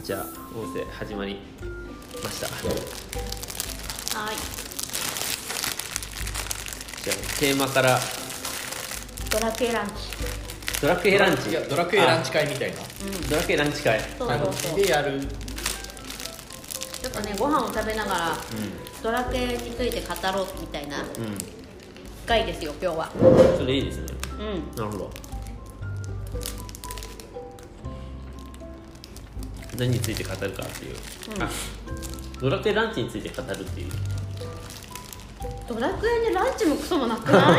じゃあ音声始まりました。 はい。 じゃあテーマからドラクエランチ。 ドラクエランチ。 いやドラクエランチ会みたいな。 ドラクエランチ会。 そうそうそう。 でやる。 ちょっとねご飯を食べながら、ドラクエについて語ろうみたいな回ですよ今日は。 それいいですね。なるほど。何について語るかっていう、ドラクエランチについて語るっていう。 ドラクエにランチもクソもなくない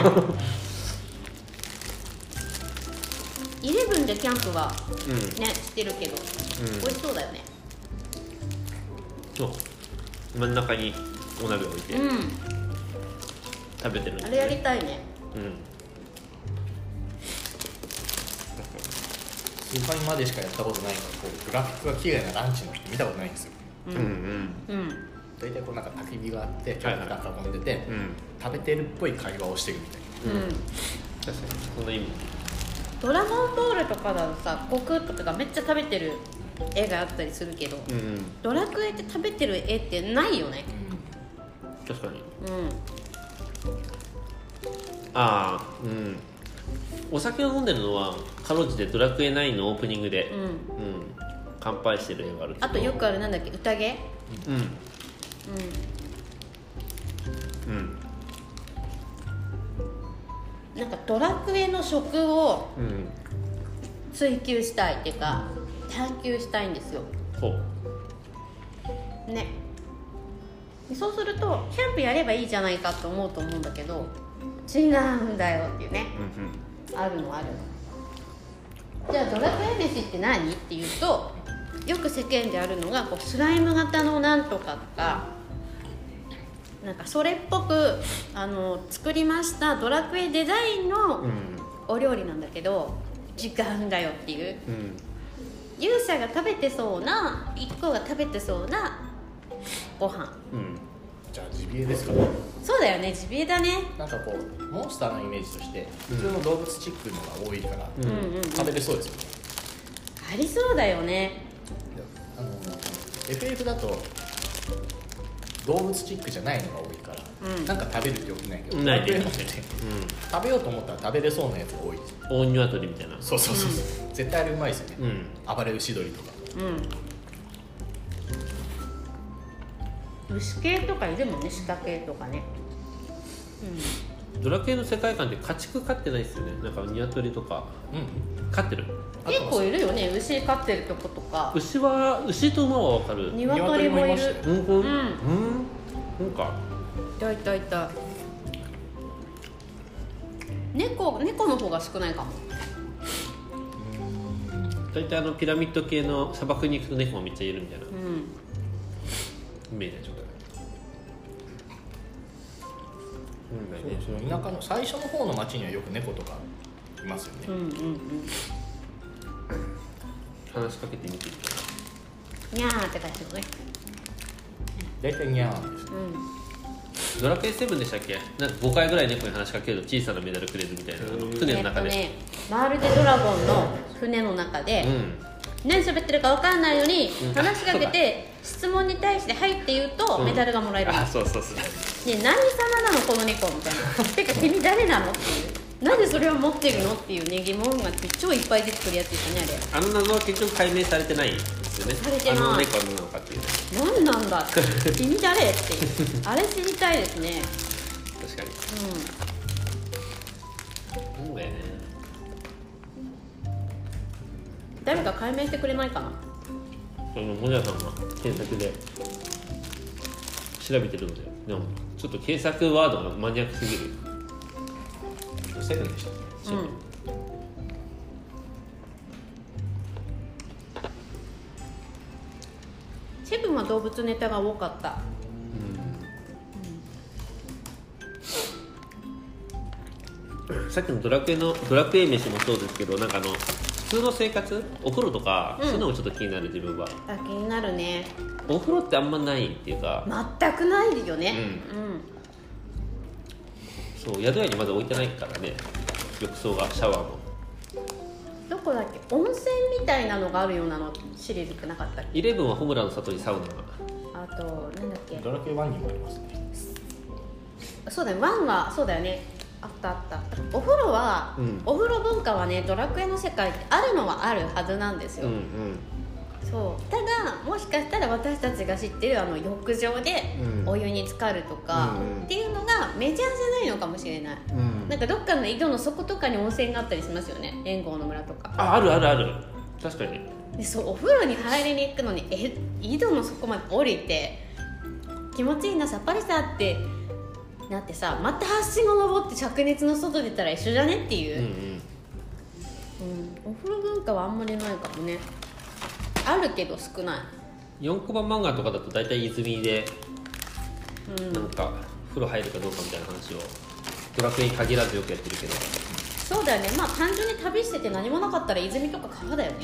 11でキャンプはね、してるけど、美味しそうだよね。 そう真ん中にお鍋を置いて、食べてるんですね。 あれやりたいね。 スーファミまでしかやったことないからこうグラフィックが綺麗なランチの人見たことないんですよ。大体こうなんか焚き火があってキャラクター囲んでて、食べてるっぽい会話をしてるみたいな。 確かにそんな意味。 ドラゴンボールとかだとさ、悟空とかがめっちゃ食べてる絵があったりするけど、ドラクエって食べてる絵ってないよね。 確かに。お酒を飲んでるのはかろうじてドラクエ9のオープニングで、乾杯してる絵があるけど、 あとよくあるなんだっけ、宴。なんかドラクエの食を追求したいっていうか探求したいんですよ。ね。そうするとキャンプやればいいじゃないかと思うと思うんだけど、違うんだよっていうね。あるの。じゃあドラクエ飯って何っていうと、よく世間であるのがこうスライム型のなんとかとか、なんかそれっぽく作りましたドラクエデザインのお料理なんだけど、違うんだよっていう、勇者が食べてそうな、一個が食べてそうなご飯。 じゃあジビエですかね。 そうだよね、ジビエだね。 なんかこうモンスターのイメージとして普通の動物チックのが多いから、食べれそうですよね。 ありそうだよね。 FF だと動物チックじゃないのが多いから、なんか食べるってよくないけど、 ないで食べようと思ったら食べれそうなやつが多い。 大鶏みたいな。 そう、絶対あれうまいですよね。暴れ牛鶏とか。 牛系とかいるもんね、鹿系とかね。 ドラクエの世界観って家畜飼ってないですよね。なんか鶏とか飼ってる。 結構いるよね、牛飼ってるとことか。 牛と馬は分かる。 鶏もいる。 なんかいた。猫の方が少ないかも。 大体ピラミッド系の砂漠に行くと猫がめっちゃいるみたいなイメージでしょうか。 そう田舎の最初の方の町にはよく猫とかいますよね。 話しかけてみてるかにゃーって感じですね。 大体ニャーです。 ドラクエ7でしたっけ。なんか5回ぐらい猫に話しかけると小さなメダルくれるみたいな、船の中で、 まるでドラゴンの船の中で、何喋ってるか分かんないのに話しかけて質問に対して「はい」って言うとメダルがもらえる。 そうね、何様なのこの猫みたいなてか君誰なのっていう、なんでそれを持ってるのっていうね、疑問が超いっぱい出てくるやつですよね。 あの謎は結局解明されてないですよね。 されてない。 あの猫は何なのかっていうね。 何なんだって君誰っていうあれ知りたいですね。 確かに。そうだよね。 誰か解明してくれないかな。 モニャさんが検索で調べてるので、でもちょっと検索ワードがマニアックすぎる。 セブンでした。 セブンは動物ネタが多かった。 さっきのドラクエ飯もそうですけど、なんか普通の生活、お風呂とか、そういうのもちょっと気になる。自分は気になるね。 お風呂ってあんまないっていうか、 全くないよね。 そう、宿屋にまだ置いてないからね、浴槽が、シャワーも。 どっこだっけ、温泉みたいなのがあるようなのシリーズってなかったっけ。 11はホムラの里にサウナが、 あとなんだっけ、 ドラクエ1にもありますね。 そうだよ、1はそうだよね、あったあった。お風呂は、お風呂文化はね、ドラクエの世界ってあるのはあるはずなんですよ、そう。ただもしかしたら私たちが知ってる浴場でお湯に浸かるとか、っていうのがメジャーじゃないのかもしれない、なんかどっかの井戸の底とかに温泉があったりしますよね、援護の村とか。 あるあるある、確かに。 でそう、お風呂に入りに行くのに井戸の底まで降りて気持ちいいな、さっぱりさってなってさ、またはしご登って灼熱の外出たら一緒じゃねっていう、お風呂文化はあんまりないかもね。あるけど少ない。 4コマ漫画とかだと大体泉で、なんか風呂入るかどうかみたいな話をドラクエに限らずよくやってるけど。 そうだよね、まあ単純に旅してて何もなかったら泉とか川だよね。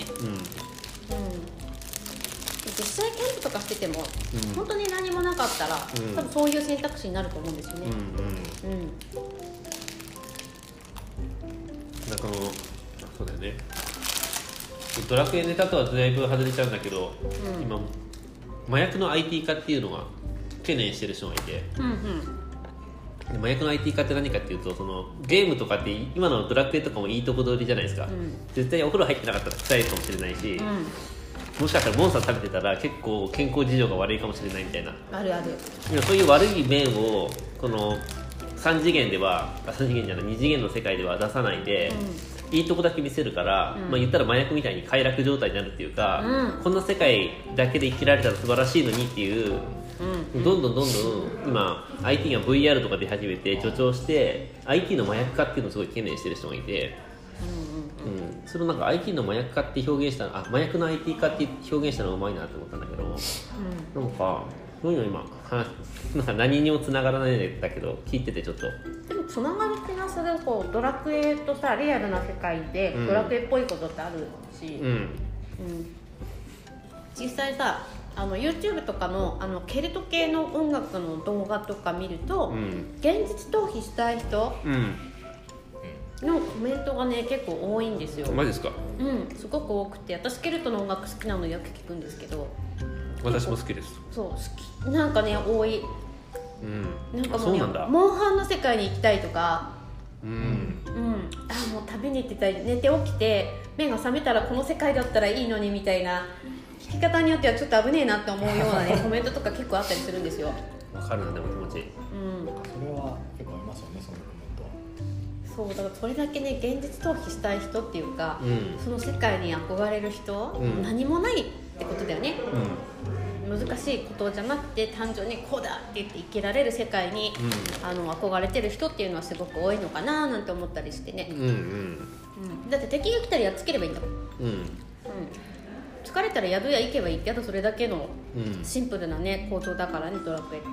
実際キャンプとかしてても、本当に何もなかったら、多分そういう選択肢になると思うんですよね。 なんかそうだよね、ドラクエネタとはだいぶ外れちゃうんだけど、今麻薬の IT 化っていうのが懸念してる人がいて、麻薬の IT 化って何かっていうと、そのゲームとかって今のドラクエとかもいいとこ取りじゃないですか、絶対お風呂入ってなかったら臭いかもしれないし、もしかしたらモンスター食べてたら結構健康事情が悪いかもしれないみたいな、 あるある。 そういう悪い面をこの3次元では、3次元じゃない2次元の世界では出さないで、いいとこだけ見せるから、言ったら麻薬みたいに快楽状態になるっていうか、こんな世界だけで生きられたら素晴らしいのにっていう、どんどん今 IT が VR とか出始めて助長して IT の麻薬化っていうのをすごい懸念してる人がいて、それをなんか IT の麻薬化って表現した、麻薬の IT 化って表現したのがうまいなと思ったんだけど、なんかそういうの今なんか何にも繋がらないんだけど、聞いててちょっとでもつながる気がする。こうドラクエとさ、リアルな世界でドラクエっぽいことってあるし、実際さYouTube とかのケルト系の音楽の動画とか見ると、現実逃避したい人のコメントがね結構多いんですよ。 マジですか？ すごく多くて、私ケルトの音楽好きなのよく聞くんですけど。 私も好きです。 そう好き、なんかね多い。なんかもうね、モンハンの世界に行きたいとか、もう旅に行ってたり、寝て起きて目が覚めたらこの世界だったらいいのにみたいな、聞き方によってはちょっと危ねえなって思うようなねコメントとか結構あったりするんですよ。 わかるな、でも気持ちいい。 それは結構ありますよね、そのコメントは。 そうだからそれだけね現実逃避したい人っていうか、その世界に憧れる人、何もないってことだよね。難しいことじゃなくて単純にこうだって言って生きられる世界に、憧れてる人っていうのはすごく多いのかななんて思ったりしてね。だって敵が来たらやっつければいいんだもん。疲れたら宿屋行けばいいって、あとそれだけのシンプルなね構造だからね、ドラクエって。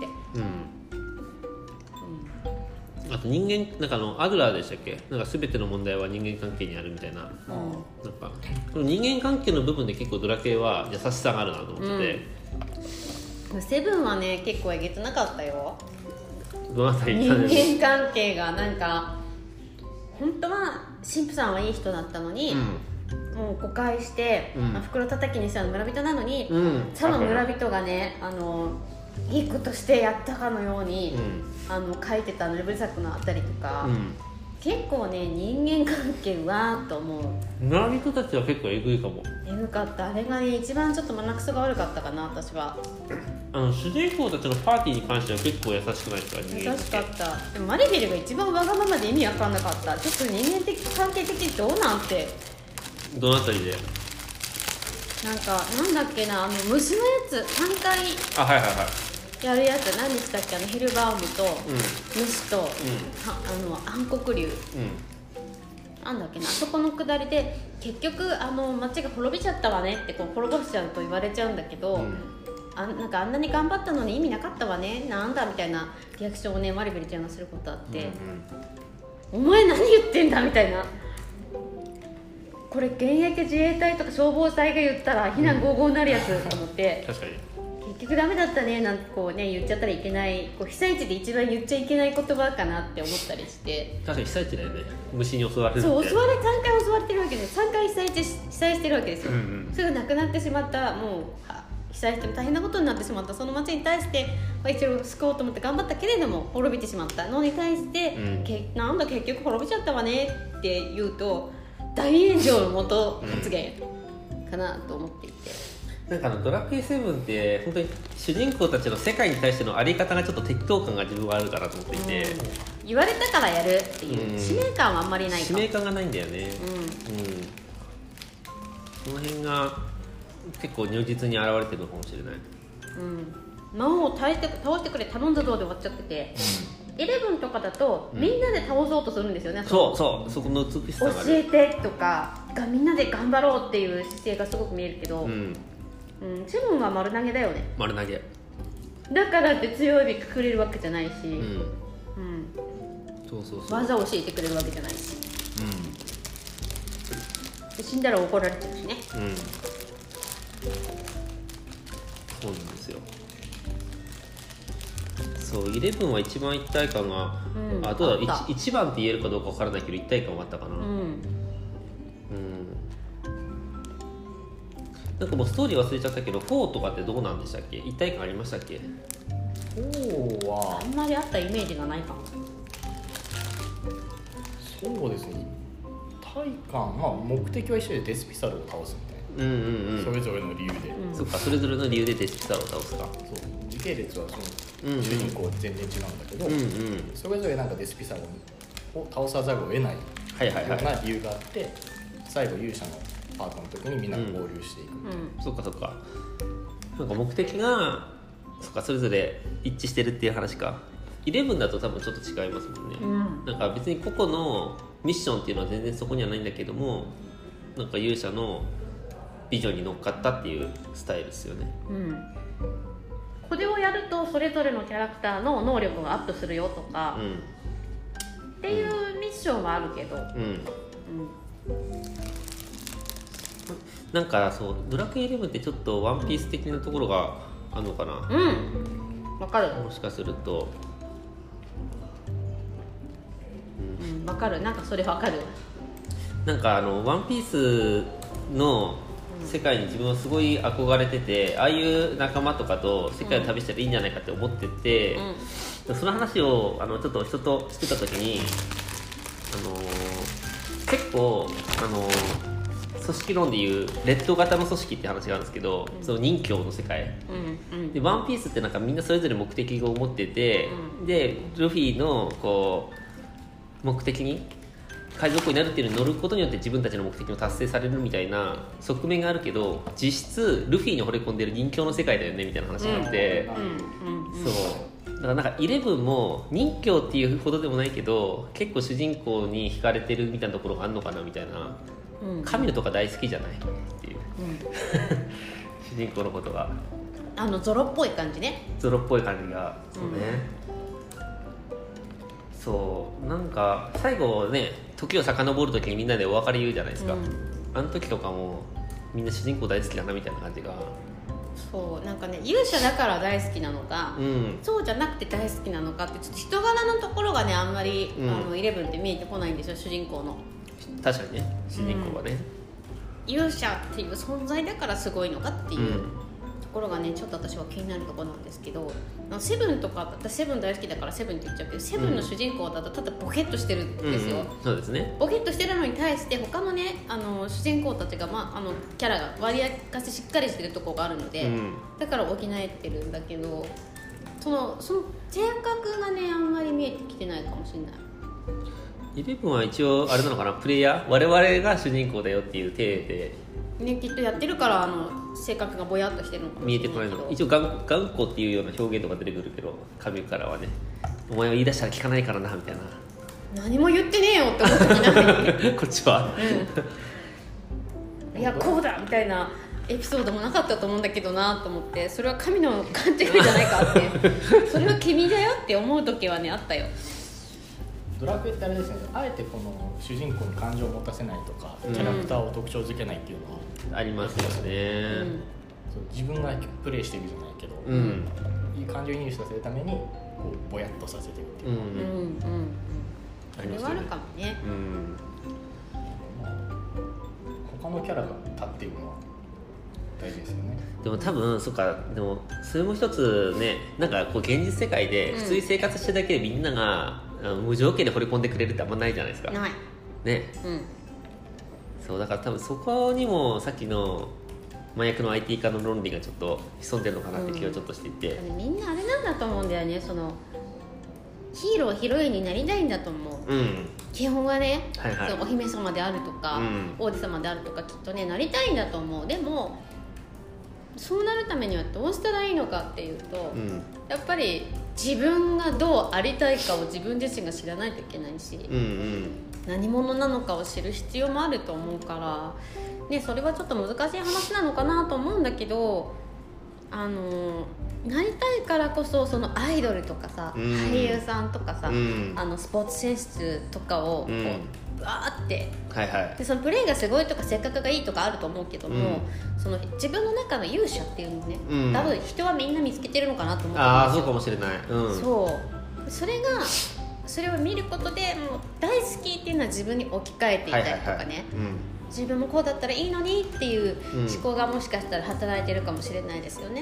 あと人間なんかアドラーでしたっけ、なんか全ての問題は人間関係にあるみたいな、なんかその人間関係の部分で結構ドラクエは優しさがあるなと思ってて、 セブンはね結構えげつなかったよ。 どなたに人間関係がなんか本当は神父さんはいい人だったのに、もう誤解して、袋叩きにしたの村人なのに、その村人がねいいことしてやったかのように、書いてたレベル作のあたりとか、結構ね人間関係わーっと思う。 村人たちは結構えぐいかも。 えぐかった。あれがね一番ちょっと胸くそが悪かったかな、私は。 主人公たちのパーティーに関しては結構優しくないですか？ 優しかった。でもマリベルが一番わがままで意味わかんなかった。ちょっと人間的関係的にどうなんて。 どのあたりで？ なんかなんだっけな、虫のやつ3回やるやつ、何でしたっけ、ヘルバームと、虫と、暗黒竜、なんだっけな、そこのくだりで結局町が滅びちゃったわねってこう滅ぼしちゃうと言われちゃうんだけど、なんかあんなに頑張ったのに意味なかったわね、なんだみたいなリアクションをねマリベルちゃんがすることあって、お前何言ってんだみたいな。これ現役自衛隊とか消防隊が言ったら非難合々になるやつと思って、 確かに結局ダメだったねなんてこうね言っちゃったらいけない、こう被災地で一番言っちゃいけない言葉かなって思ったりして。 確かに被災地だよね、虫に襲われるって。 そう、3回襲われてるわけで、3回被災してるわけですよ、それがなくなってしまった、もう被災しても大変なことになってしまったその町に対して、一応救おうと思って頑張ったけれども滅びてしまったのに対して、なんだ結局滅びちゃったわねって言うと大炎上のもと発言かなと思っていて、 なんかドラクエ7って本当に主人公たちの世界に対してのあり方がちょっと適当感が自分はあるかなと思っていて、 言われたからやるっていう使命感はあんまりないかも。 使命感がないんだよね。その辺が結構如実に現れてるのかもしれない。 魔王を倒してくれ頼んだぞで終わっちゃってて、11とかだとみんなで倒そうとするんですよね、 そこの美しさがある。 教えてとかみんなで頑張ろうっていう姿勢がすごく見えるけど、セブンは丸投げだよね。 丸投げだからって強い日くくれるわけじゃないし、 そう技を教えてくれるわけじゃないし、で死んだら怒られちゃうしね。 そうなんですよ。そう、11は一番一体感が、どうだ、1番って言えるかどうか分からないけど一体感はあったかな。なんかもうストーリー忘れちゃったけど4とかってどうなんでしたっけ？一体感ありましたっけ ？4はあんまりあったイメージがないかも。 そうですね、一体感、目的は一緒でデスピサルを倒すみたいな、それぞれの理由で、 そっか、それぞれの理由でデスピサルを倒すか。そう時系列はその主人公全然違うんだけど、それぞれなんかデスピサルを倒さざるを得ないような理由があって、最後勇者のパートの時にみんなが合流していく、 そっかそっか、なんか目的がそれぞれ一致してるっていう話か。11だと多分ちょっと違いますもんね、なんか別に個々のミッションっていうのは全然そこにはないんだけども、なんか勇者のビジョンに乗っかったっていうスタイルですよね。 これをやるとそれぞれのキャラクターの能力がアップするよとか、っていうミッションはあるけど、 なんかそうドラクエ11ってちょっとワンピース的なところがあるのかな。 わかる。 もしかするとわかる。なんかそれわかる。 なんかワンピースの世界に自分はすごい憧れてて、ああいう仲間とかと世界を旅したらいいんじゃないかって思ってて、その話をちょっと人としてた時に結構組織論でいうレッド型の組織って話があるんですけど、その任侠の世界、でワンピースってなんかみんなそれぞれ目的を持ってて、でルフィのこう目的に海賊王になるっていうのに乗ることによって自分たちの目的も達成されるみたいな側面があるけど、実質ルフィに惚れ込んでる任侠の世界だよねみたいな話があって、そうだからなんか11も任侠っていうほどでもないけど結構主人公に惹かれてるみたいなところがあるのかなみたいな、神のとか大好きじゃないっていう、主人公のことがゾロっぽい感じね。 ゾロっぽい感じが、そうね、そうなんか最後ね時を遡る時にみんなでお別れ言うじゃないですか、あの時とかもみんな主人公大好きだなみたいな感じが、 そうなんかね勇者だから大好きなのか、そうじゃなくて大好きなのかってちょっと人柄のところがねあんまり、11って見えてこないんですよ、主人公の。 確かにね、主人公はね、 勇者っていう存在だからすごいのかっていうところがねちょっと私は気になるところなんですけど、セブンとか私セブン大好きだからセブンって言っちゃうけど、セブンの主人公だとただボケっとしてるんですよ、 そうですね、 ボケっとしてるのに対して他のね主人公たちが、キャラが割合かししっかりしてるところがあるので、だから補えてるんだけど、その性格がねあんまり見えてきてないかもしれない。 11は一応あれなのかな、プレイヤー我々が主人公だよっていう体で、 ね、きっとやってるから性格がぼやっとしてるのかもしれないけど、 見えてこないの。一応頑固っていうような表現とか出てくるけど、神からはねお前は言い出したら聞かないからなみたいな、 何も言ってねえよって思う時ないこっちは、 いやこうだみたいなエピソードもなかったと思うんだけどなと思って、それは神の勘違いじゃないかってそれは君だよって思う時はねあったよ。 ドラクエってあれですね、あえてこの主人公に感情を持たせないとか、キャラクターを特徴づけないっていうのはありますよね、 そう自分がプレイしてるじゃないけど、いい感情移入させるためにこうぼやっとさせてるっていうか、 それはあるかもね。 他のキャラが立っているのは大事ですよね。 でも多分そっか、でもそれも一つね、なんかこう現実世界で普通に生活してるだけでみんなが無条件で惚れ込んでくれるってあんまないじゃないですか。 ないね、そうだから多分そこにもさっきの麻薬の IT 化の論理がちょっと潜んでるのかなって気はちょっとしていて、 みんなあれなんだと思うんだよね、そのヒーローヒロインになりたいんだと思う、基本はね、そうお姫様であるとか、王子様であるとかきっとねなりたいんだと思う。でもそうなるためにはどうしたらいいのかっていうと、やっぱり自分がどうありたいかを自分自身が知らないといけないし、何者なのかを知る必要もあると思うから、ね、それはちょっと難しい話なのかなと思うんだけど、なりたいからこそそのアイドルとかさ、俳優さんとかさ、スポーツ選手とかをこうわーって、でそのプレーがすごいとか性格がいいとかあると思うけども、その自分の中の勇者っていうのね、多分人はみんな見つけてるのかなと思ってるんですよ。 そうかもしれない、 そうそれを見ることでもう大好きっていうのは自分に置き換えていたりとかね、自分もこうだったらいいのにっていう思考がもしかしたら働いてるかもしれないですよね。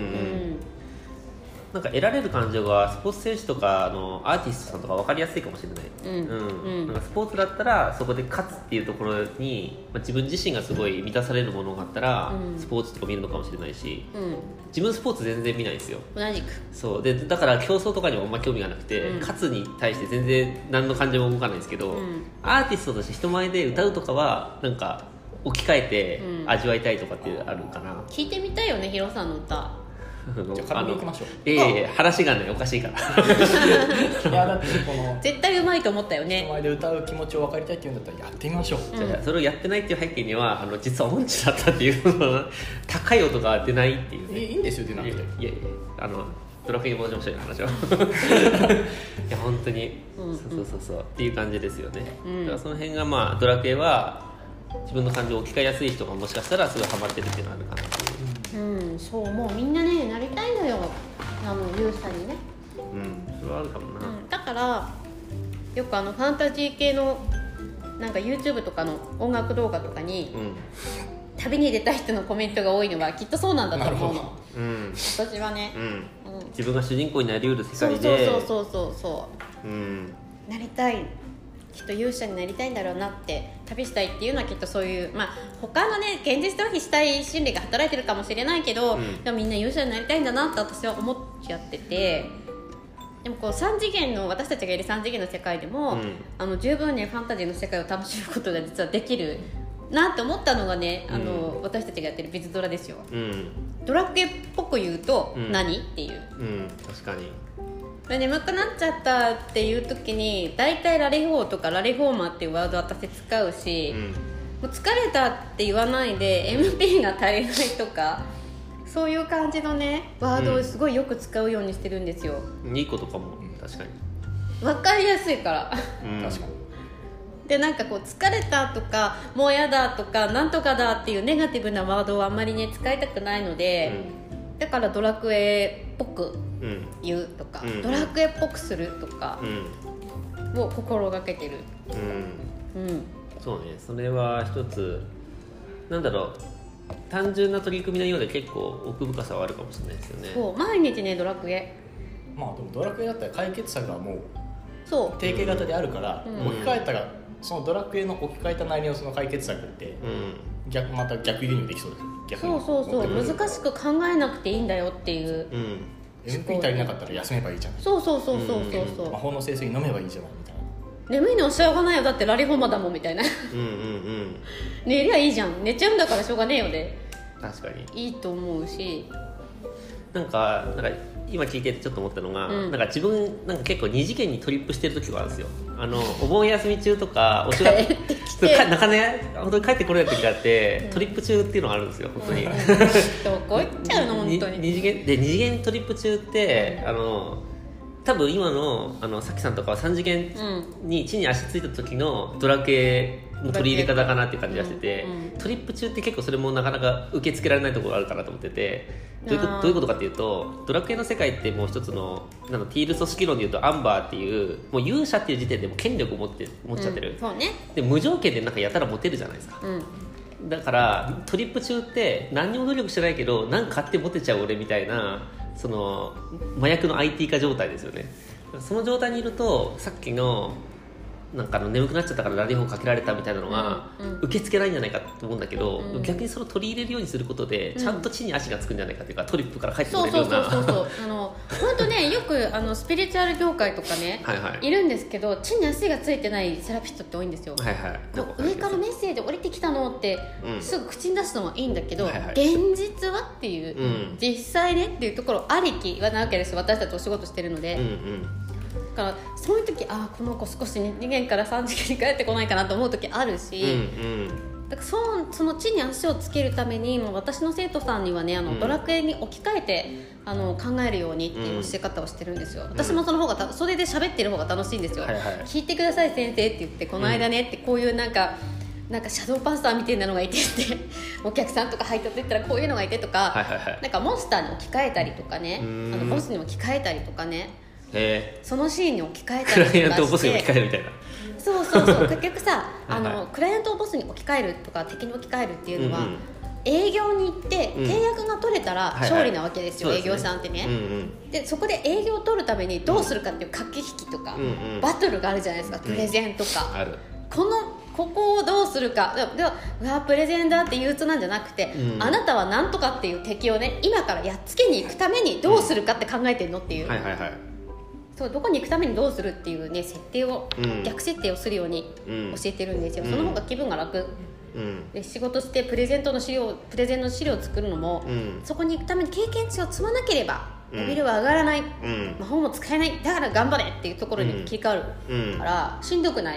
なんか得られる感情がスポーツ選手とかアーティストさんとか分かりやすいかもしれない、なんかスポーツだったらそこで勝つっていうところに、自分自身がすごい満たされるものがあったら、スポーツとか見るのかもしれないし、自分スポーツ全然見ないんですよ。 同じくそうで、だから競争とかにもあんま興味がなくて、勝つに対して全然何の感情も動かないんですけど、アーティストとして人前で歌うとかはなんか置き換えて味わいたいとかってあるかな。 聞いてみたいよね、ヒロさんの歌。 じゃあ軽くいきましょう。 話がねおかしいからいやだってこの絶対うまいと思ったよね。 人前で歌う気持ちを分かりたいっていうんだったらやってみましょう。 それをやってないっていう背景には実は音痴だったっていう高い音が出ないっていう、ね、 いいんですよ出なくて。 いやドラクエに戻しましょうよ話をいや本当に、そうっていう感じですよね、だからその辺がドラクエは自分の感情を置き換えやすい人がもしかしたらすごいハマってるっていうのがあるかなっていう。 そうもうみんなねなりたいのよ、勇者にね。 それはあるかもな、 だからよくファンタジー系のなんか YouTube とかの音楽動画とかに、旅に出た人のコメントが多いのはきっとそうなんだと思うの。私はね、 自分が主人公になりうる世界でそう、なりたい、きっと勇者になりたいんだろうなって、旅したいっていうのはきっとそういう、他のね現実逃避したい心理が働いてるかもしれないけど、でもみんな勇者になりたいんだなって私は思っちゃってて、でもこう3次元の私たちがいる3次元の世界でも、十分ねファンタジーの世界を楽しむことが実はできるなって思ったのがね、私たちがやってるビズドラですよ、ドラクエっぽく言うと何、っていう、 確かに眠くなっちゃったっていう時に大体ラレフォーとかラレフォーマーっていうワード私使うし、もう疲れたって言わないで MP が足りないとかそういう感じのねワードをすごいよく使うようにしてるんですよ、 いいことかも。確かに分かりやすいから、 確かに。 でなんかこう疲れたとかもうやだとかなんとかだっていうネガティブなワードをあんまりね使いたくないので、だからドラクエっぽく言うとか、ドラクエっぽくするとかを心がけてる。 そうね、それは一つなんだろう、単純な取り組みのようで結構奥深さはあるかもしれないですよね。 そう毎日ねドラクエ、 でもドラクエだったら解決策がもうそう定型型であるから、置き換えたらそのドラクエの置き換えたなりのその解決策って、また逆輸入できそうです。 そう難しく考えなくていいんだよっていう、 MP 足りなかったら休めばいいじゃない。 そう魔法の聖水飲めばいいじゃないみたいな。 眠いのはしょうがないよ、だってラリホマだもんみたいな寝りゃいいじゃん、寝ちゃうんだからしょうがねえよで確かにいいと思うし、 なんか今聞いててちょっと思ったのが、なんか自分なんか結構二次元にトリップしてる時があるんですよ。お盆休み中とかお仕事なかね本当に帰ってこれない時があって、トリップ中っていうのがあるんですよ本当に、 どこ行っちゃうの本当に。 二次元トリップ中って多分今のさきさんとかは3次元に地に足ついた時のドラクエの取り入れ方かなっていう感じがしてて、トリップ中って結構それもなかなか受け付けられないところがあるかなと思ってて、どういうことかっていうと、ドラクエの世界ってもう一つのティール組織論でいうとアンバーっていうもう勇者っていう時点でもう権力を持っちゃってる、 そうね、 で無条件でなんかやたらモテるじゃないですか、だからトリップ中って何にも努力してないけど何か買ってモテちゃう俺みたいな、その麻薬の IT 化状態ですよね。その状態にいるとさっきのなんか眠くなっちゃったからラリホンかけられたみたいなのが受け付けないんじゃないかと思うんだけど、逆にそれを取り入れるようにすることでちゃんと地に足がつくんじゃないかっていうか、トリップから帰ってくれるような、 そう本当ね、よくスピリチュアル業界とかね、いるんですけど、地に足がついてないセラピストって多いんですよ。上からメッセージ降りてきたのってすぐ口に出すのはいいんだけど、現実はっていう、実際ねっていうところありきはなわけですよ、私たちお仕事してるので。だからそういう時、この子少し2次元から3次元に帰ってこないかなと思う時あるし、だからその地に足をつけるためにもう私の生徒さんにはね、ドラクエに置き換えて考えるようにっていう教え方をしてるんですよ。私もその方がそれで喋ってる方が楽しいんですよ、聞いてください先生って言って、この間ねってこういうなんかシャドーパスターみたいなのがいてってお客さんとか配達行ったらこういうのがいてとか、なんかモンスターに置き換えたりとかね、ボスに置き換えたりとかね、そのシーンに置き換えたりとかして、 クライアントをボスに置き換えるみたいな、 そう結局さクライアントをボスに置き換えるとか敵に置き換えるっていうのは、営業に行って契約が取れたら勝利なわけですよ、営業さんってね、でそこで営業を取るためにどうするかっていう駆け引きとか、バトルがあるじゃないですか、プレゼンとか、ここをどうするかではプレゼンだって憂鬱なんじゃなくて、あなたは何とかっていう敵をね今からやっつけに行くためにどうするかって考えてるのっていう、そうどこに行くためにどうするっていうね設定を、逆設定をするように教えてるんですよ、その方が気分が楽、で仕事してプレゼンの資料を作るのも、そこに行くために経験値を積まなければレベルは上がらない、魔法も使えない、だから頑張れっていうところに切り替わるから、しんどくない、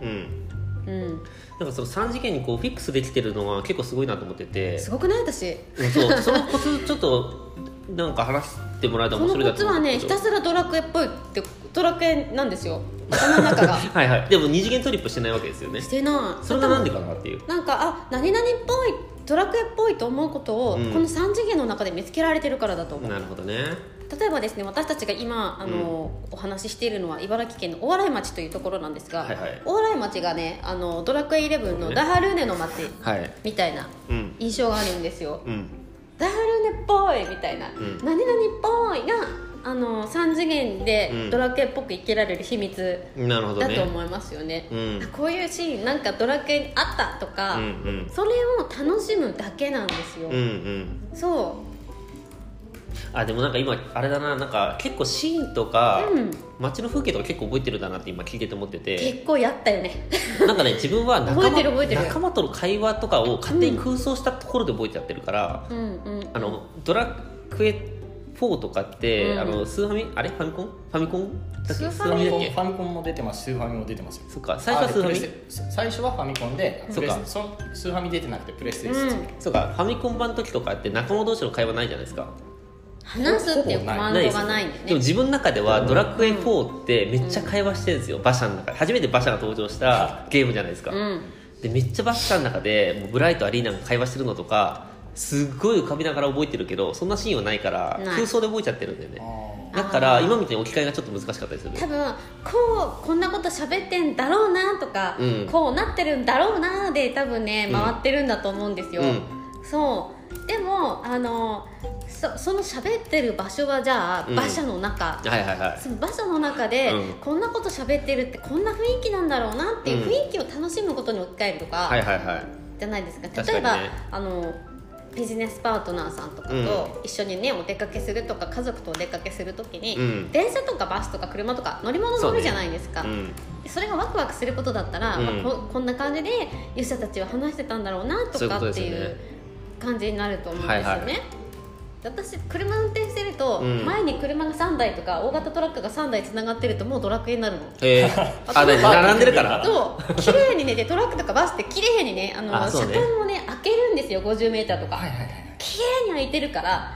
なんかその3次元にこうフィックスできてるのは結構すごいなと思ってて、 すごくない私、 そのコツちょっとなんか話してもらえたら面白いなと思う。 そのコツはね、ひたすらドラクエっぽいってドラクエなんですよ、頭の中がでも2次元トリップしてないわけですよね。 してない。 それがなんでかなっていう、 なんか何々っぽいドラクエっぽいと思うことを、この3次元の中で見つけられてるからだと思う。 なるほどね。 例えばですね、私たちが今お話ししているのは茨城県の大洗町というところなんですが、大洗町がねドラクエ11のダハルーネの町みたいな印象があるんですよ、ダハルーネっぽいみたいな、何々っぽいが3次元でドラクエっぽく生きられる秘密だと思いますよね、こういうシーンなんかドラクエにあったとか、それを楽しむだけなんですよ、そうでもなんか今あれだな、なんか結構シーンとか、街の風景とか結構覚えてるんだなって今聞いてて思ってて、 結構やったよねなんかね、自分は覚えてる仲間との会話とかを勝手に空想したところで覚えちゃってるから、ドラクエ4とかって、スーファミファミコンスーファミコンも出てます、スーファミも出てますよ。 そっか、最初はスーファミ、 最初はファミコンで、スーファミ出てなくてプレステです、 そうか、ファミコン版の時とかって仲間同士の会話ないじゃないですか。 話すっていうコマンドがないんだよね。 でも自分の中ではドラクエ4ってめっちゃ会話してるんですよ、馬車の中で。初めて馬車が登場したゲームじゃないですか、でめっちゃ馬車の中でもうブライトアリーナが会話してるのとかすっごい浮かびながら覚えてるけど、そんなシーンはないから空想で覚えちゃってるんだよね。だから今みたいに置き換えがちょっと難しかったりする。 多分こんなこと喋ってんだろうなとか、こうなってるんだろうなで多分ね回ってるんだと思うんですよ、そうでもその喋ってる場所はじゃあ馬車の中、その馬車の中で、こんなこと喋ってるってこんな雰囲気なんだろうなっていう雰囲気を楽しむことに置き換えるとか、じゃないですか。例えば、ビジネスパートナーさんとかと一緒にね、お出かけするとか家族とお出かけするときに、電車とかバスとか車とか乗り物乗るじゃないですか。それがワクワクすることだったら、こんな感じで勇者たちは話してたんだろうなとかっていう感じになると思うんですよね。私車運転してると、前に車が3台とか大型トラックが3台つながってるともうドラクエになるの。 並んでるからそう綺麗にね、でトラックとかバスって綺麗にね車間もね開けるんですよ、50mとか、綺麗に開いてるから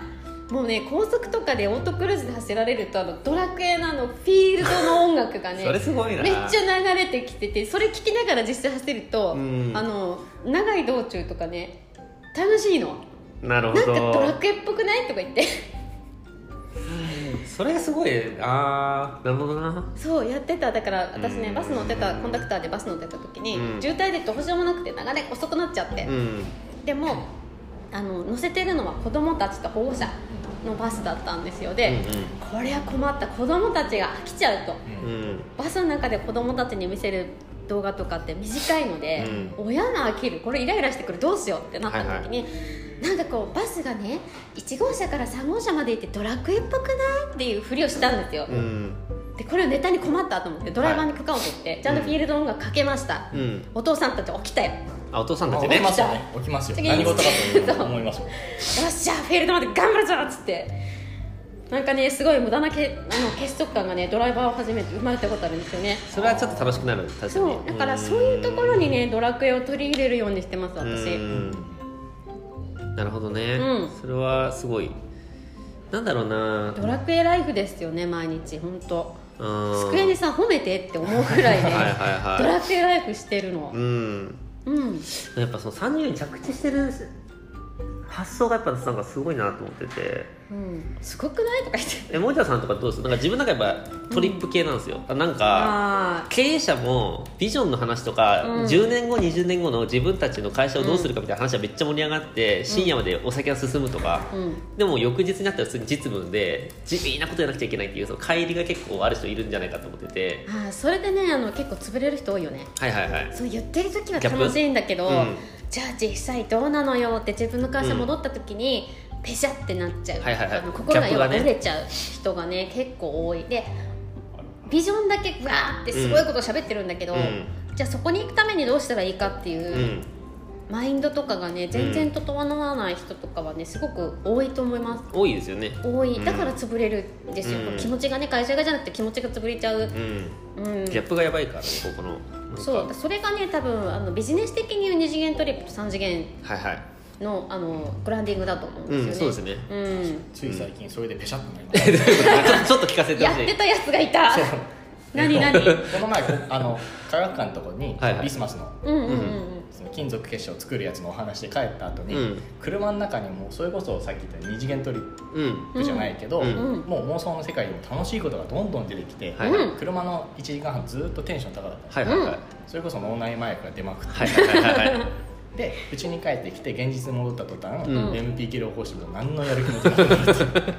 もうね高速とかでオートクルーズで走られるとドラクエのフィールドの音楽がねそれすごいな、 めっちゃ流れてきてて、それ聞きながら実際走ると、長い道中とかね楽しいの。 なるほど。 なんかドラクエっぽくないとか言ってそれがすごい。なるほどな。 そうやってた。だから私ねバス乗ってた、コンダクターでバス乗ってた時に、渋滞でどうしようもなくて流れ遅くなっちゃって、でも乗せてるのは子供たちと保護者のバスだったんですよ。で、これは困った、子供たちが飽きちゃうと、バスの中で子供たちに見せる動画とかって短いので、親が飽きる、これイライラしてくる、どうしようってなった時に、なんかこうバスがね1号車から3号車まで行ってドラクエっぽくないっていうふりをしたんですよ、でこれをネタに困ったと思ってドライバーに許可を取って、ちゃんとフィールド音楽かけました、お父さんたち起きたよ。 お父さんたちね、 起きますよね、起きますよ、何事かと思いますよ。よっしゃフィールドまで頑張るぞっつって、なんかねすごい無駄な結束感がねドライバーを始めて生まれたことあるんですよね。 それはちょっと楽しくなる。確かに。 そうだからそういうところにねドラクエを取り入れるようにしてます私。 なるほどね、それはすごい。なんだろうな、ドラクエライフですよね毎日本当。スクエニさん褒めてって思うくらいねドラクエライフしてるの。 やっぱその30に着地してる発想がやっぱなんかすごいなと思ってて、 すごくないとか言って森田さんとかどうです？なんか自分の中やっぱトリップ系なんですよ、なんか経営者もビジョンの話とか、10年後20年後の自分たちの会社をどうするかみたいな話はめっちゃ盛り上がって、深夜までお酒が進むとか、でも翌日になったら普通に実務で地味なことやらなくちゃいけないっていうその乖離が結構ある人いるんじゃないかと思ってて、 それでね結構潰れる人多いよね。そう言ってる時は楽しいんだけど、じゃあ実際どうなのよって自分の会社戻った時に、ペシャってなっちゃう、心が折れちゃう人がね結構多い。でビジョンだけわーってすごいことを喋ってるんだけど、じゃあそこに行くためにどうしたらいいかっていう、マインドとかがね全然整わない人とかはねすごく多いと思います。 多いですよね。 多い。だから潰れるんですよ、気持ちがね、会社がじゃなくて気持ちが潰れちゃう、 ギャップがやばいからね、ここの。 それがね多分ビジネス的に言う2次元トリップと3次元の、グランディングだと思うんですよね。 そうですね、 つい最近それでペシャッとなりましたちょっと聞かせてほしい。 やってたやつがいた何この前科学館のところにビスマスの金属結晶を作るやつのお話で帰った後に、車の中にもそれこそさっき言った2次元トリップじゃないけど、もう妄想の世界でも楽しいことがどんどん出てきて、車の1時間半ずっとテンション高かったんですよ。それこそ脳内麻薬が出まくってで家に帰ってきて現実に戻った途端、MP キロ起こしても何のやる気も出なくなって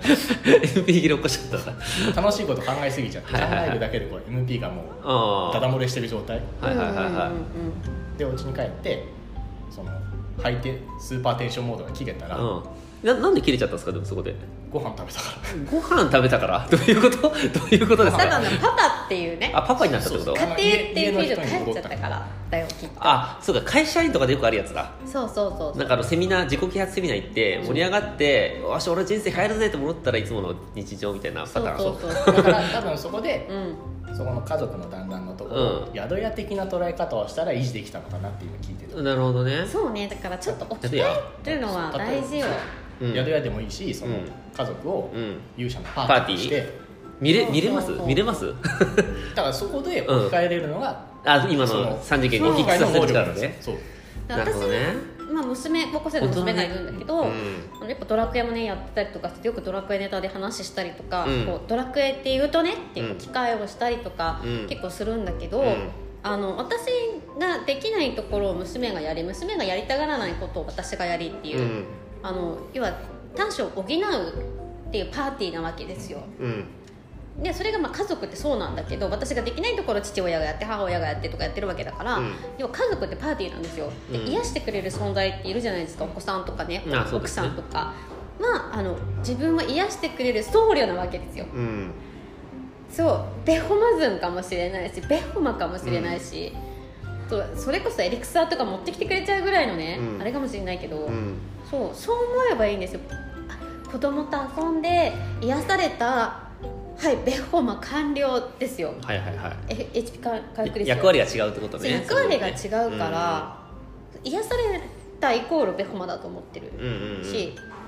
MP キロ起こしちゃった楽しいこと考えすぎちゃって、考えるだけでこう MP がもうダダ漏れしてる状態で、お家に帰ってそのスーパーテンションモードが切れたら、 なんで切れちゃったんですか？でもそこでご飯食べたからご飯食べたからどういうことどういうことですか？ ただのパパっていうね、 パパになったってこと？ 家庭っていうフィールド帰っちゃったからだよきっと。 そうか、会社員とかでよくあるやつだ。 そうなんかセミナー、自己啓発セミナー行って盛り上がってよし俺人生変えるぜと思ったらいつもの日常みたいなパターン。 そうだから多分そこで、そこの家族の団らんのところ、宿屋的な捉え方をしたら維持できたのかなっていうのを聞いてる。 なるほどね。 そうね、だからちょっと置き換えるのは大事よ。 宿屋でもいいし、その家族を勇者のパーティーして見れますだからそこで置き換えれるのが、 今の3次元に引きさせる力ね。 なるほどね。高校生の娘がいるんだけど、やっぱドラクエもねやってたりとかして、よくドラクエネタで話したりとか、こうドラクエって言うとねっていう機会をしたりとか、結構するんだけど、私ができないところを娘がやり、娘がやりたがらないことを私がやりっていう、要は短所を補うっていうパーティーなわけですよ。でそれが家族ってそうなんだけど、私ができないところ父親がやって母親がやってとかやってるわけだから、要は家族ってパーティーなんですよ。で癒してくれる存在っているじゃないですか、お子さんとかね、奥さんとか、自分を癒してくれる僧侶なわけですよ。そうベホマズンかもしれないし、ベホマかもしれないし、それこそエリクサーとか持ってきてくれちゃうぐらいのね、あれかもしれないけど、そう思えばいいんですよ。子供と遊んで癒された、ベホマ完了ですよ。HP 回復ですよ。 役割が違うってことね。 役割が違うから、癒されたイコールベホマだと思ってるし、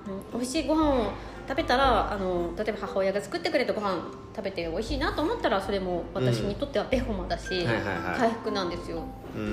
美味しいご飯を食べたら例えば母親が作ってくれたご飯食べて美味しいなと思ったらそれも私にとってはベホマだし、回復なんですよ。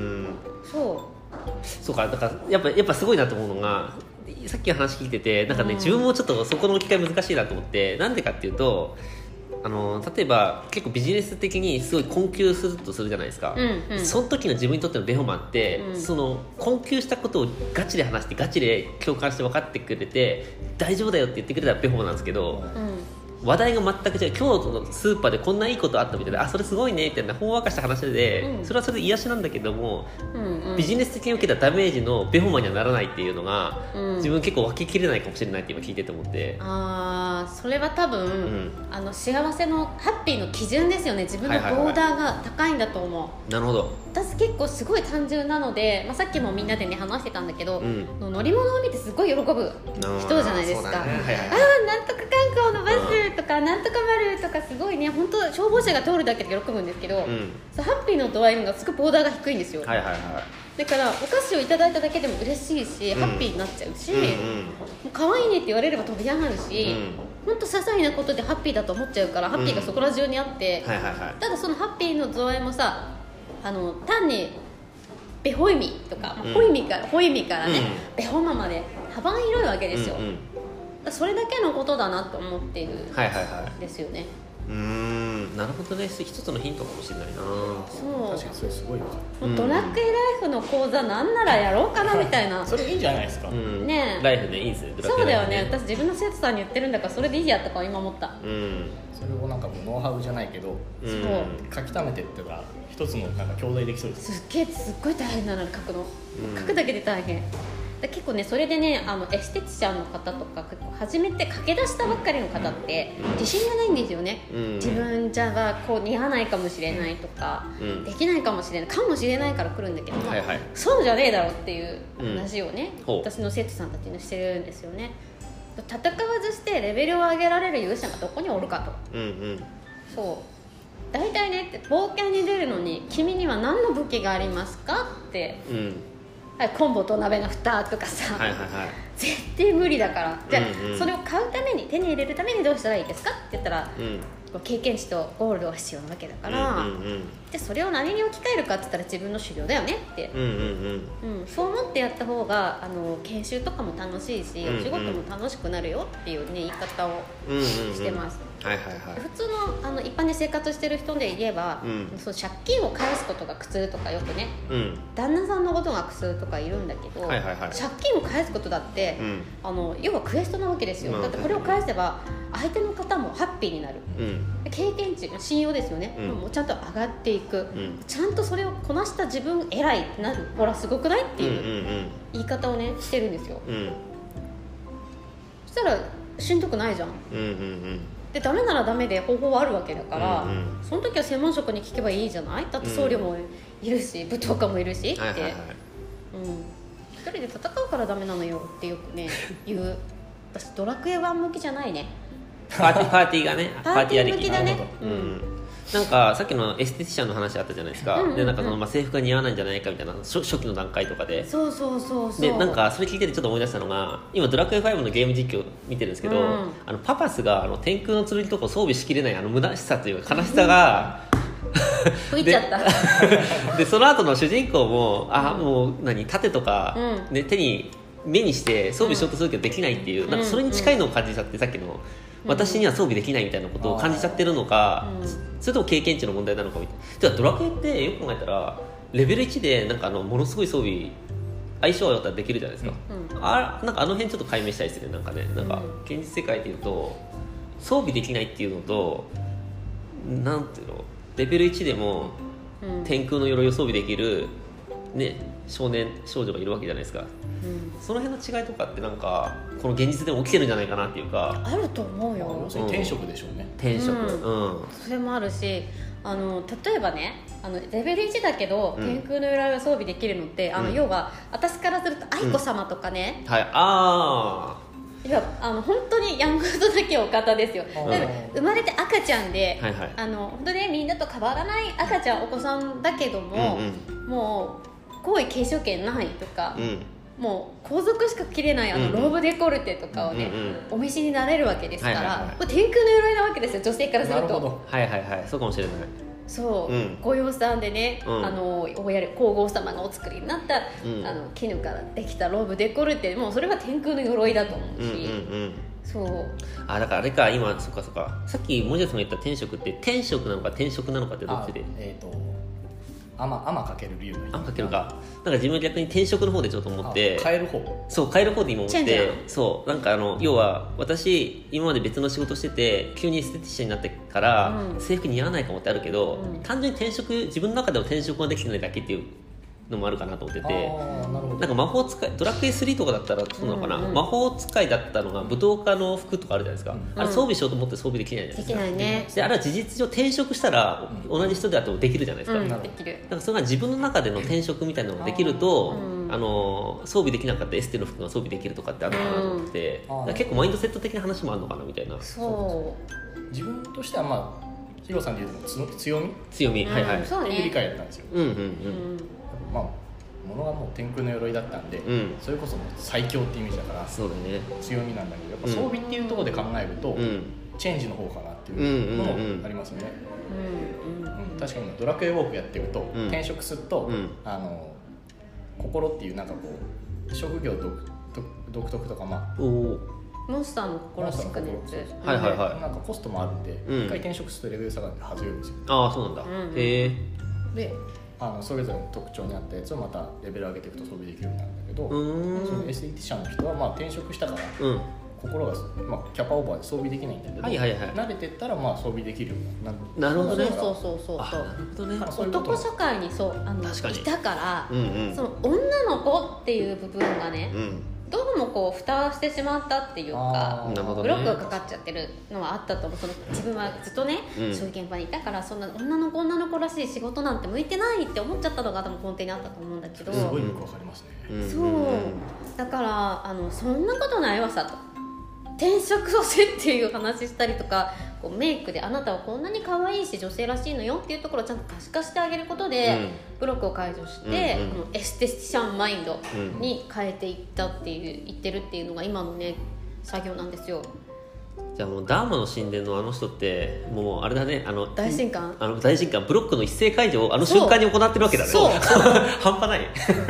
そうか、だからやっぱすごいなと思うのが、さっきの話聞いててなんかね、自分もちょっとそこの置き換え難しいなと思って、なんでかっていうと例えば結構ビジネス的にすごい困窮するとするじゃないですか、その時の自分にとってのベホマって、その困窮したことをガチで話してガチで共感して分かってくれて大丈夫だよって言ってくれたらベホマなんですけど、話題が全く違う、今日のスーパーでこんないいことあったみたいな、あそれすごいねみたいなほんわかした話で、それはそれで癒しなんだけども、ビジネス的に受けたダメージのベホマにはならないっていうのが、自分結構分けきれないかもしれないって今聞いてて思って、 それは多分、幸せのハッピーの基準ですよね。自分のボーダーが高いんだと思う。 なるほど。 私結構すごい単純なので、さっきもみんなでね話してたんだけど、乗り物を見てすごい喜ぶ人じゃないですか。なんとか観光のバスとかなんとか丸とかすごいね、本当消防車が通るだけで喜ぶんですけど、ハッピーの度合いがすごいボーダーが低いんですよ。だからお菓子をいただいただけでも嬉しいし、ハッピーになっちゃうし、もう可愛いねって言われれば飛び上がるし、本当些細なことでハッピーだと思っちゃうから、ハッピーがそこら中にあって、ただそのハッピーの度合いもさ、単にベホイミとか、ホイミからね、ベホマまで幅が広いわけですよ。それだけのことだなと思っているんですよね。 なるほどね、一つのヒントかもしれないな。 そう、 確かにそれすごいわ。 ドラクエライフの講座なんならやろうかなみたいな。 それいいんじゃないですか。 ね、 ライフね、いいですね。 そうだよね。私自分の生徒さんに言ってるんだからそれでいいやとか今思った。 それをなんかもうノウハウじゃないけど、書き溜めてってたら一つのなんか教材できそうです。 すっごい大変なのに書くの、書くだけで大変。結構ね、それでね、エステティシャンの方とか初めて駆け出したばっかりの方って自信がないんですよね。自分じゃはこう似合わないかもしれないとか、できないかもしれないから来るんだけども、そうじゃねえだろっていう話をね、私の生徒さんたちにしてるんですよね。戦わずしてレベルを上げられる勇者がどこにおるかと、そう大体ね、冒険に出るのに君には何の武器がありますかって、コンボと鍋の蓋とかさ、絶対無理だから、じゃあ、それを買うために手に入れるためにどうしたらいいですかって言ったら、経験値とゴールドが必要なわけだから、でそれを何に置き換えるかって言ったら自分の修行だよねって、そう思ってやった方が研修とかも楽しいし、お仕事も楽しくなるよっていう、ね、言い方をしてます。普通の一般で生活してる人で言えば、その借金を返すことが苦痛とかよくね、旦那さんのことが苦痛とかいるんだけど、借金を返すことだって、要はクエストなわけですよ。だってこれを返せば相手の方もハッピーになる、経験値、信用ですよね、もうちゃんと上がっていく、ちゃんとそれをこなした自分偉いってなる、ほらすごくないっていう言い方をねしてるんですよ。そしたらしんどくないじゃん、でダメならダメで方法はあるわけだから、その時は専門職に聞けばいいじゃない。だって僧侶もいるし、舞踏家もいるしって、一人で戦うからダメなのよってよくね言う。私ドラクエ1向きじゃないね。 パーティーがね、 パーティー向きだね。 なんかさっきのエステティシャンの話あったじゃないですか、でなんかその、制服が似合わないんじゃないかみたいな初期の段階とかで、でなんかそれ聞いててちょっと思い出したのが、今ドラクエ5のゲーム実況見てるんですけど、パパスが天空の剣とかを装備しきれない虚しさというか悲しさが吹いちゃったでその後の主人公ももう盾とか、手に目にして装備しようとするけどできないっていう、なんかそれに近いのを感じちゃって、さっきの私には装備できないみたいなことを感じちゃってるのか、それとも経験値の問題なのかみたいな。じゃあドラクエってよく考えたらレベル1でなんかものすごい装備相性が良かったらできるじゃないですか、なんかあの辺ちょっと解明したいですね。なんかね、なんか現実世界でいうと装備できないっていうのと、なんていうの、レベル1でも天空の鎧を装備できるね、少女がいるわけじゃないですか、その辺の違いとかってなんかこの現実でも起きてるんじゃないかなっていうか。 あると思うよ。 要するに転職でしょうね。 転職、 それもあるし、例えばね、レベル1だけど天空の鎧を装備できるのって、要は私からすると愛子様とかね、いや本当にヤングとだけお方ですよ。生まれて赤ちゃんで、本当にみんなと変わらない赤ちゃん、お子さんだけども、もう皇位継承権ないとか、 もう皇族しか着れないローブデコルテとかをね、お召しになれるわけですから、これ天空の鎧なわけですよ、女性からすると。 なるほど。 はいはいはい、そうかもしれない。 そう、ご養蚕でね、皇后様がお作りになった、絹からできたローブデコルテ、もうそれは天空の鎧だと思うし、そうだからあれか、今そっかさっき文字さんが言った天職って天職なのか天職なのかってどっちで？ 天かける理由天かけるか。なんか自分逆に転職の方でちょっと思って、 変える方。 そう、変える方で今思って、そうなんか要は私今まで別の仕事してて急にエステティシャンになってから、制服似合わないかもってあるけど、単純に転職、自分の中では転職ができてないだけっていうのもあるかなと思ってて、なんか魔法使い、ドラクエ3とかだったらそうなのかな、魔法使いだったのが武道家の服とかあるじゃないですか、あれ装備しようと思って装備できないじゃないですか。 できないね。 であれは事実上転職したら同じ人であってもできるじゃないですか、 できる。 だからそれが自分の中での転職みたいなのができると、装備できなかったエステの服が装備できるとかってあるのかなと思って、だから結構マインドセット的な話もあるのかなみたいな。 そう自分としてはヒロさんでいうと強み、 はいはい、 そうね、 っていう理解だったんですよ。ものがもう天空の鎧だったんで、それこそもう最強っていうイメージだからそうだね、 強みなんだけど、やっぱ装備っていうところで考えると、チェンジの方かなっていうのもありますよね。確かにドラクエウォークやってると、転職すると、心っていうなんかこう職業独特とかモンスターの心シクネッツ、 はいはいはい、 なんかコストもあるんで、一回転職するとレベル下がって外れるんですよ。 ああそうなんだ、へえ。 でそれぞれの特徴に合ったやつをまたレベル上げていくと装備できるようになるんだけど、そのエステティシャンの人は転職したから、心が、キャパオーバーで装備できないんだけど、慣れてったら装備できるようになる。 なるほどね。 そう男社会にいたから、その女の子っていう部分がね、どうもこう蓋をしてしまったっていうか、ブロックがかかっちゃってるのはあったと思う。自分はずっとね、そういう現場にいたから、そんな女の子らしい仕事なんて向いてないって思っちゃったのが多分根底にあったと思うんだけど、 すごいよくわかりますね。 そうだからそんなことないわさと、転職をせっていう話したりとか、こうメイクであなたはこんなに可愛いし女性らしいのよっていうところをちゃんと可視化してあげることで、ブロックを解除して、エステティシャンマインドに変えていったっていう、言ってるっていうのが今のね作業なんですよ。 じゃあもうダーマの神殿の人ってもうあれだね、 大神官ブロックの一斉解除を瞬間に行ってるわけだね。そう半端ない。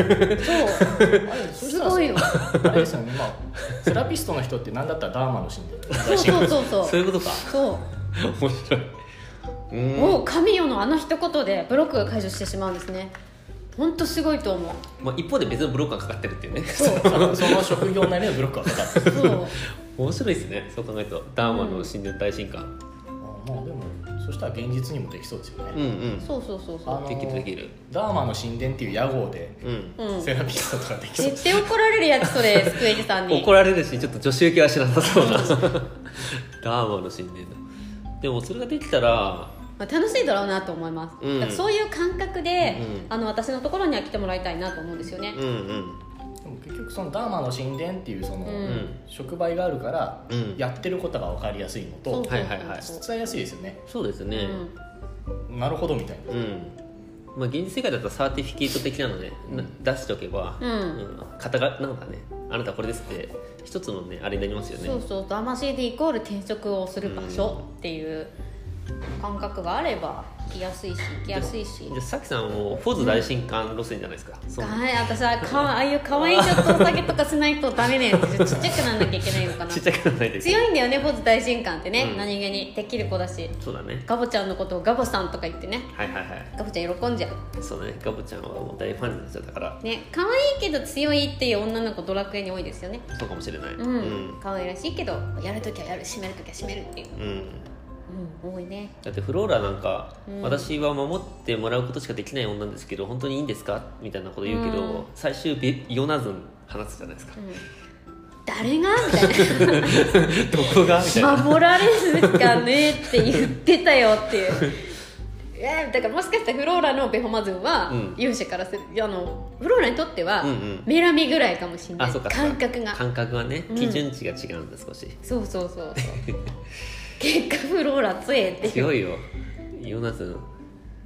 すごいよ。 あれですよね、セラピストの人って何だったらダーマの神殿。 そういうことか。 そう面白い。 もう神よの一言でブロックが解除してしまうんですね。本当すごいと思う。 一方で別のブロックがかかってるっていうね。 その職業内でのブロックがかかってる。 そう面白いですね、そう考えると。ダーマの神殿大神官、 でもそしたら現実にもできそうですよね。 そうできる。 ダーマの神殿っていう屋号で、セラピストとかできそう。 絶対怒られるやつ、それスクエイジさんに怒られるし、ちょっと女子受けはしなさそうな。ダーマの神殿だ。でもそれができたら楽しいだろうなと思います、だからそういう感覚で、私のところには来てもらいたいなと思うんですよね。 でも結局そのダーマの神殿っていうその触媒があるからやってることが分かりやすいのと、伝えやすいですよね。 そうですね、 なるほどみたいな。 現実世界だったらサーティフィケート的なのね、出しておけば、型がなんかね、あなたこれですって一つのねあれになりますよね。 ダーマ CD イコール転職をする場所っていう感覚があれば行きやすいし。 じゃあさきさんもフォーズ大神官路線じゃないですか。 私はああいう可愛いちょっとお下げとかしないとダメね。ちっちゃくなんなきゃいけないのかな。 ちっちゃくなんないと強いんだよね、フォーズ大神官ってね、何気にできる子だし。 そうだね。 ガボちゃんのことをガボさんとか言ってね。ガボちゃん喜んじゃう。 そうだね、ガボちゃんはもう大ファンになっちゃったからね。可愛いけど強いっていう女の子ドラクエに多いですよね。 そうかもしれない。 可愛らしいけどやるときはやる、締めるときは締めるっていう。多いね。 だってフローラなんか、私は守ってもらうことしかできない女なんですけど本当にいいんですかみたいなこと言うけど、最終イオナズン放つじゃないですか、 誰がみたいなどこがみたいな、 守られるかねって言ってたよっていうだからもしかしたらフローラのベホマズンは、勇者からするフローラにとっては、メラミぐらいかもしれない。感覚がね、基準値が違うんだ少し。そう結果フローラ強えっていう。 強いよイオナズン。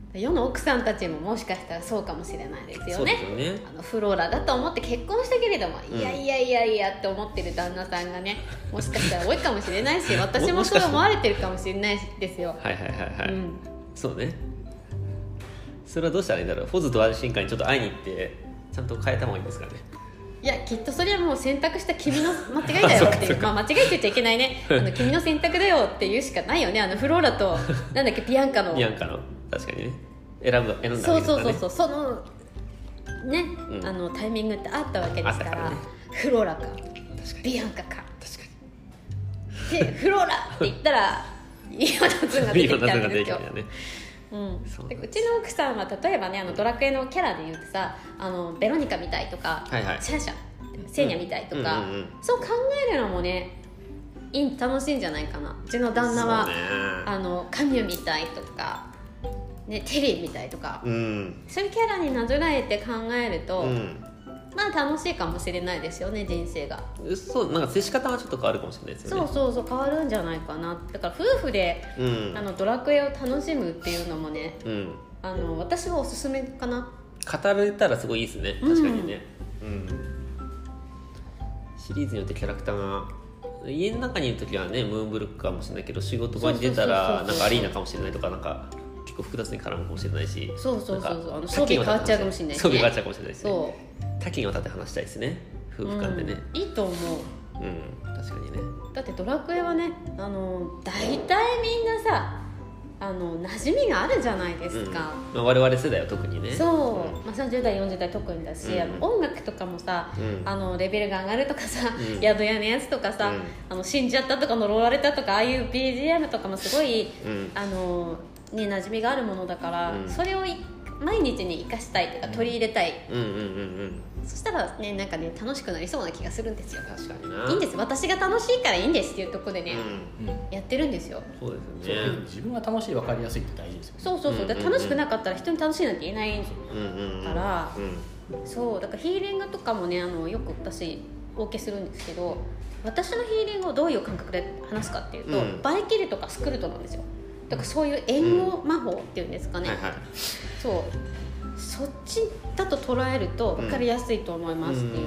世の奥さんたちももしかしたらそうかもしれないですよね。 そうですよね。 フローラだと思って結婚したけれども、いやいやいやいやって思ってる旦那さんがね、もしかしたら多いかもしれないし、私もそう思われてるかもしれないですよ。 はいはいはいはい、そうね。それはどうしたらいいんだろう。フォズとアルシンカにちょっと会いに行ってちゃんと変えた方がいいんですかね。 いや、きっとそれはもう選択した君の間違いだよっていう間違いって言っちゃいけないね。君の選択だよっていうしかないよね。フローラとなんだっけ、ビアンカの確かにね、選んだわけですからね。 そうそのね、タイミングってあったわけですから、フローラかビアンカか、確かにでフローラって言ったらイオナズンが出てきたんですよ。うちの奥さんは例えばね、ドラクエのキャラで言うとさ、ベロニカみたいとか、シャーシャセーニャみたいとか、そう考えるのもね楽しいんじゃないかな。うちの旦那はカミュみたいとか、ね、テリーみたいとか、そういうキャラになぞらえて考えると、まあ楽しいかもしれないですよね、人生が。 そうなんか接し方はちょっと変わるかもしれないですよね。 そう変わるんじゃないかな。だから夫婦で、ドラクエを楽しむっていうのもね、私はおすすめかな。 語れたらすごいいいですね、確かにね。シリーズによってキャラクターが家の中にいる時はねムーンブルックかもしれないけど、仕事場に出たらなんかアリーナかもしれないとか、なんか結構複雑に絡むかもしれないし、 装備変わっちゃうかもしれないし、 装備変わっちゃうかもしれないし、多岐にわたって話したいですね、夫婦間でね。 いいと思う。 確かにね。 だってドラクエはね、大体みんなさ馴染みがあるじゃないですか。 我々世代は特にね。 そう、30代40代特にだし、音楽とかもさ、レベルが上がるとかさ、宿屋のやつとかさ、死んじゃったとか呪われたとか、ああいう BGM とかもすごい、馴染みがあるものだから、それを毎日に生かしたいとか取り入れたい。そしたらね、なんかね楽しくなりそうな気がするんですよ。 確かにな。 いいんです、私が楽しいからいいんですっていうところでね、やってるんですよ。 そうですよね。 自分が楽しい、分かりやすいって大事ですよね。 そうだから楽しくなかったら人に楽しいなんて言えないから、そうだからヒーリングとかもね、よく私お受けするんですけど、私のヒーリングをどういう感覚で話すかっていうと、バイキルとかスクルトなんですよ。だからそういう援護魔法っていうんですかね、そっちだと捉えると分かりやすいと思いますっていう、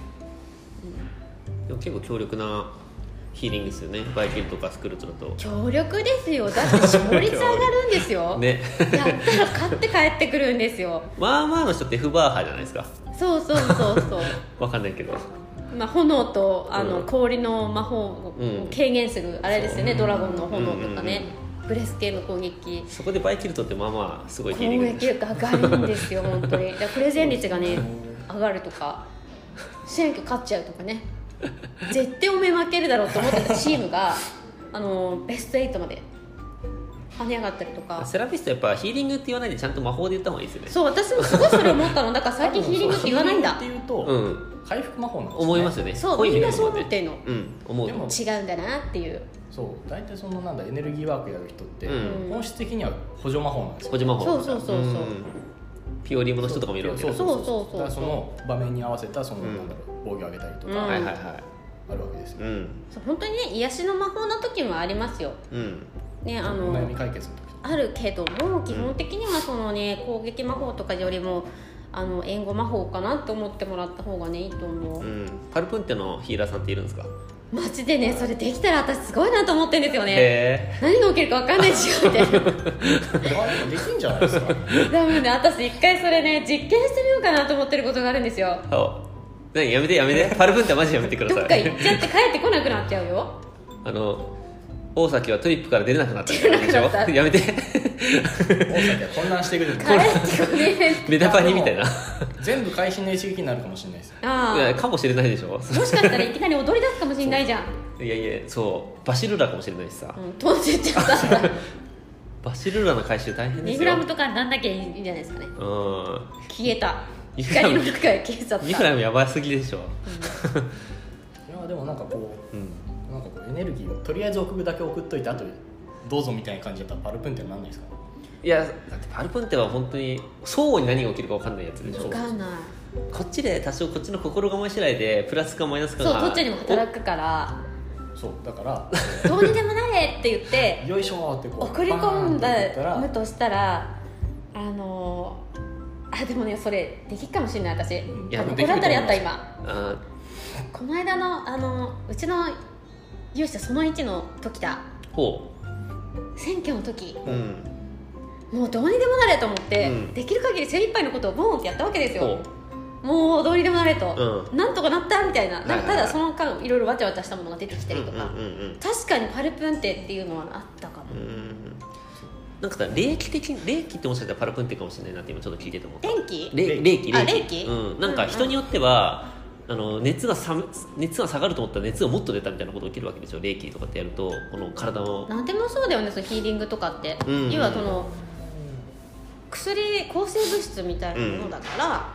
でも結構強力なヒーリングですよね、バイキルとかスクルトだと。 強力ですよ。だって勝率上がるんですよね、 やったら勝って帰ってくるんですよ。 まあまあの人ってフバーハじゃないですか。 そう分かんないけど、 炎と氷の魔法を軽減するあれですよね、ドラゴンの炎とかね、ブレス系の攻撃、 そこでバイキルトってまあまあすごいヒーリング攻撃力上がるんですよ本当に。プレゼン率がね上がるとか、選挙勝っちゃうとかね、絶対おめ負けるだろうと思ってたチームがベスト8まで跳ね上がったりとか。 セラピストやっぱヒーリングって言わないでちゃんと魔法で言った方がいいですよね。 そう、私もすごいそれ思ったの。だから最近ヒーリングって言わないんだっていうと、回復魔法なんですね。 思いますよね。 そう、みんなそう思ってんの。 思う。 でも違うんだなっていう。 そう大体そのエネルギーワークやる人って、本質的には補助魔法なんですよ。 補助魔法。 そうピオリムの人とかもいるわけだ。 そうだからその場面に合わせた防御を上げたりとか、あるわけですよ。 そう本当にね、癒しの魔法の時もありますよ。ね、 お悩み解決の時あるけども、基本的にはそのね、攻撃魔法とかよりも援護魔法かなって思ってもらった方がね、いいと思う。 パルプンテのヒーラーさんっているんですか？ マジでね、それできたら私すごいなと思ってるんですよね。何が起きるか分かんないでしょって。 できんじゃないですか。 多分ね、私一回それね実験してみようかなと思ってることがあるんですよ。 何、やめてパルプンテマジやめてください。 どっか行っちゃって帰ってこなくなっちゃうよ。 大崎はトリップから出れなくなったんでしょ。やめて。 大崎は混乱してくる。 帰ってこねえ。 メダパニみたいな。 全部会心の一撃になるかもしれないです。 いやかもしれないでしょ。もしかしたらいきなり踊り出すかもしれないじゃん。 いやそうバシルラかもしれないしさ。 飛んでっちゃったんだ。 バシルラの回収大変ですよ。 2グラムとかなんなきゃいいんじゃないですかね。消えた。光の中へ消えちゃった。 2グラムやばすぎでしょ。 いやでもなんかこうエネルギーをとりあえず送るだけ送っといて、あとどうぞみたいな感じだったらパルプンテにならないですか？ いやだってパルプンテは本当に相互に何が起きるか分かんないやつでしょ。 分かんない。 こっちで多少こっちの心構え次第でプラスかマイナスかがそうどっちにも働くから。 そうだからどうにでもなれって言ってよいしょってこう送り込んだむとしたらでもねそれできっかもしれない私。 いや心当たりあった今。この間のうちの勇者その1の時だ。 ほう選挙の時、 うん、 もうどうにでもなれと思って、 うん、 できる限り精一杯のことをボーンってやったわけですよ。もうどうにでもなれと、なんとかなったみたいな。なんかただその間いろいろわちゃわちゃしたものが出てきたりとか、確かにパルプンテっていうのはあったかも。 なんかさ冷気ってもしかしたらパルプンテかもしれないなって今ちょっと聞いてて思った。 冷気、 冷気、なんか人によっては、熱が下がると思ったら熱がもっと出たみたいなことが起きるわけでしょ。冷気とかってやるとこの体のなんでもそうだよね。そのヒーリングとかって、要はその抗生物質みたいなものだから、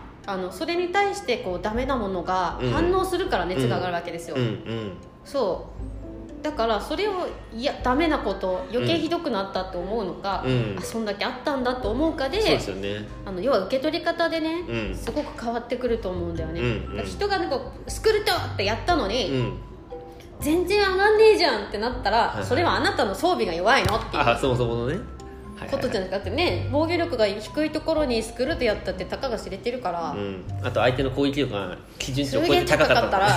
それに対してこうダメなものが反応するから熱が上がるわけですよ。そうだからそれをダメなこと余計ひどくなったと思うのか、そんだけあったんだと思うかで、そうですよね、要は受け取り方でね、すごく変わってくると思うんだよね。だから人がなんかスクルトってやったのに、全然上がんねえじゃんってなったら、それはあなたの装備が弱いのっていう、 そもそものねことじゃなくてね、防御力が低いところにスクルトやったってたかが知れてるから、 あと相手の攻撃力が基準値を超えて高かったら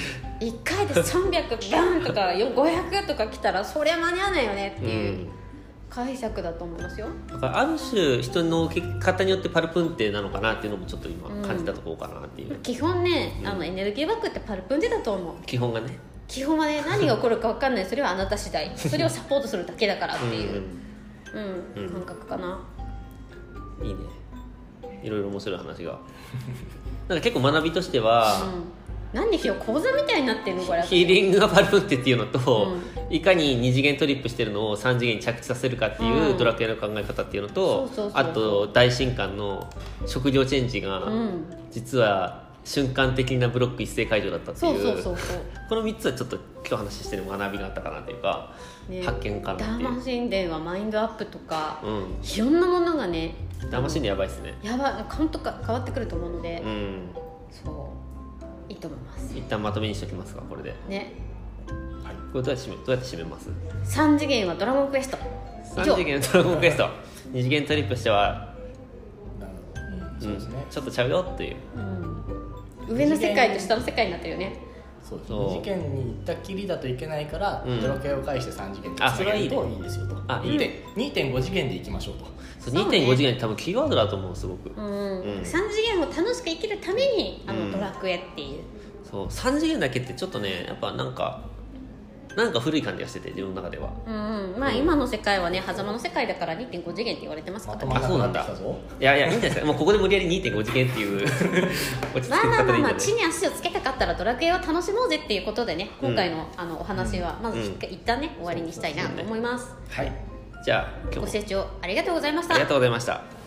1回で300バーンとか500とか来たらそりゃ間に合わないよねっていう解釈だと思いますよ。 だからある種人の受け方によってパルプンテなのかなっていうのもちょっと今感じたところかなっていう、 基本ね、エネルギーバックってパルプンテだと思う。 基本がね、 基本はね、何が起こるか分かんない、それはあなた次第、それをサポートするだけだからっていう感覚かな。 いいね、いろいろ面白い話がなんか結構学びとしては、 何で今日講座みたいになってるのこれ。 ヒーリングがパルプンテっていうのと、いかに2次元トリップしてるのを3次元に着地させるかっていうドラクエの考え方っていうのと、あと大神官の食料チェンジが実は瞬間的なブロック一斉解除だったっていう、この3つはちょっと今日話してる学びがあったかなっていうか、発見かなっていう。 ダーマ神殿はマインドアップとか、いろんなものがね、 ダーマ神殿やばいっすね。 やばい、カウントか変わってくると思うので、そういいと思います。 一旦まとめにしておきますか、これでね。 これどうやって締めます？ 3次元はドラゴンクエスト。 3次元ドラゴンクエスト2次元トリップしてはそうですね、 ちょっとちゃうよっていう、 上の世界と下の世界になってるよね。 そう2次元に行ったきりだといけないから、ドラクエを返して3次元につなげるといいですよと。2.5 次元で行きましょうと。 2.5 次元って多分キーワードだと思う、すごく。 3次元を楽しく生きるためにドラクエっていう、 そう3次元だけってちょっとね、やっぱなんか古い感じがしてて、自分の中では。 まあ今の世界はね、狭間の世界だから 2.5 次元って言われてますからね。 そうなんだ。いやいいんですか、もうここで無理やり 2.5 次元っていう落ち着け方でいいんじゃない。 地に足をつけたかったらドラクエを楽しもうぜっていうことでね、今回のお話はまず一旦ね終わりにしたいなと思います。 はい、じゃあ今日ご清聴ありがとうございました。 ありがとうございました。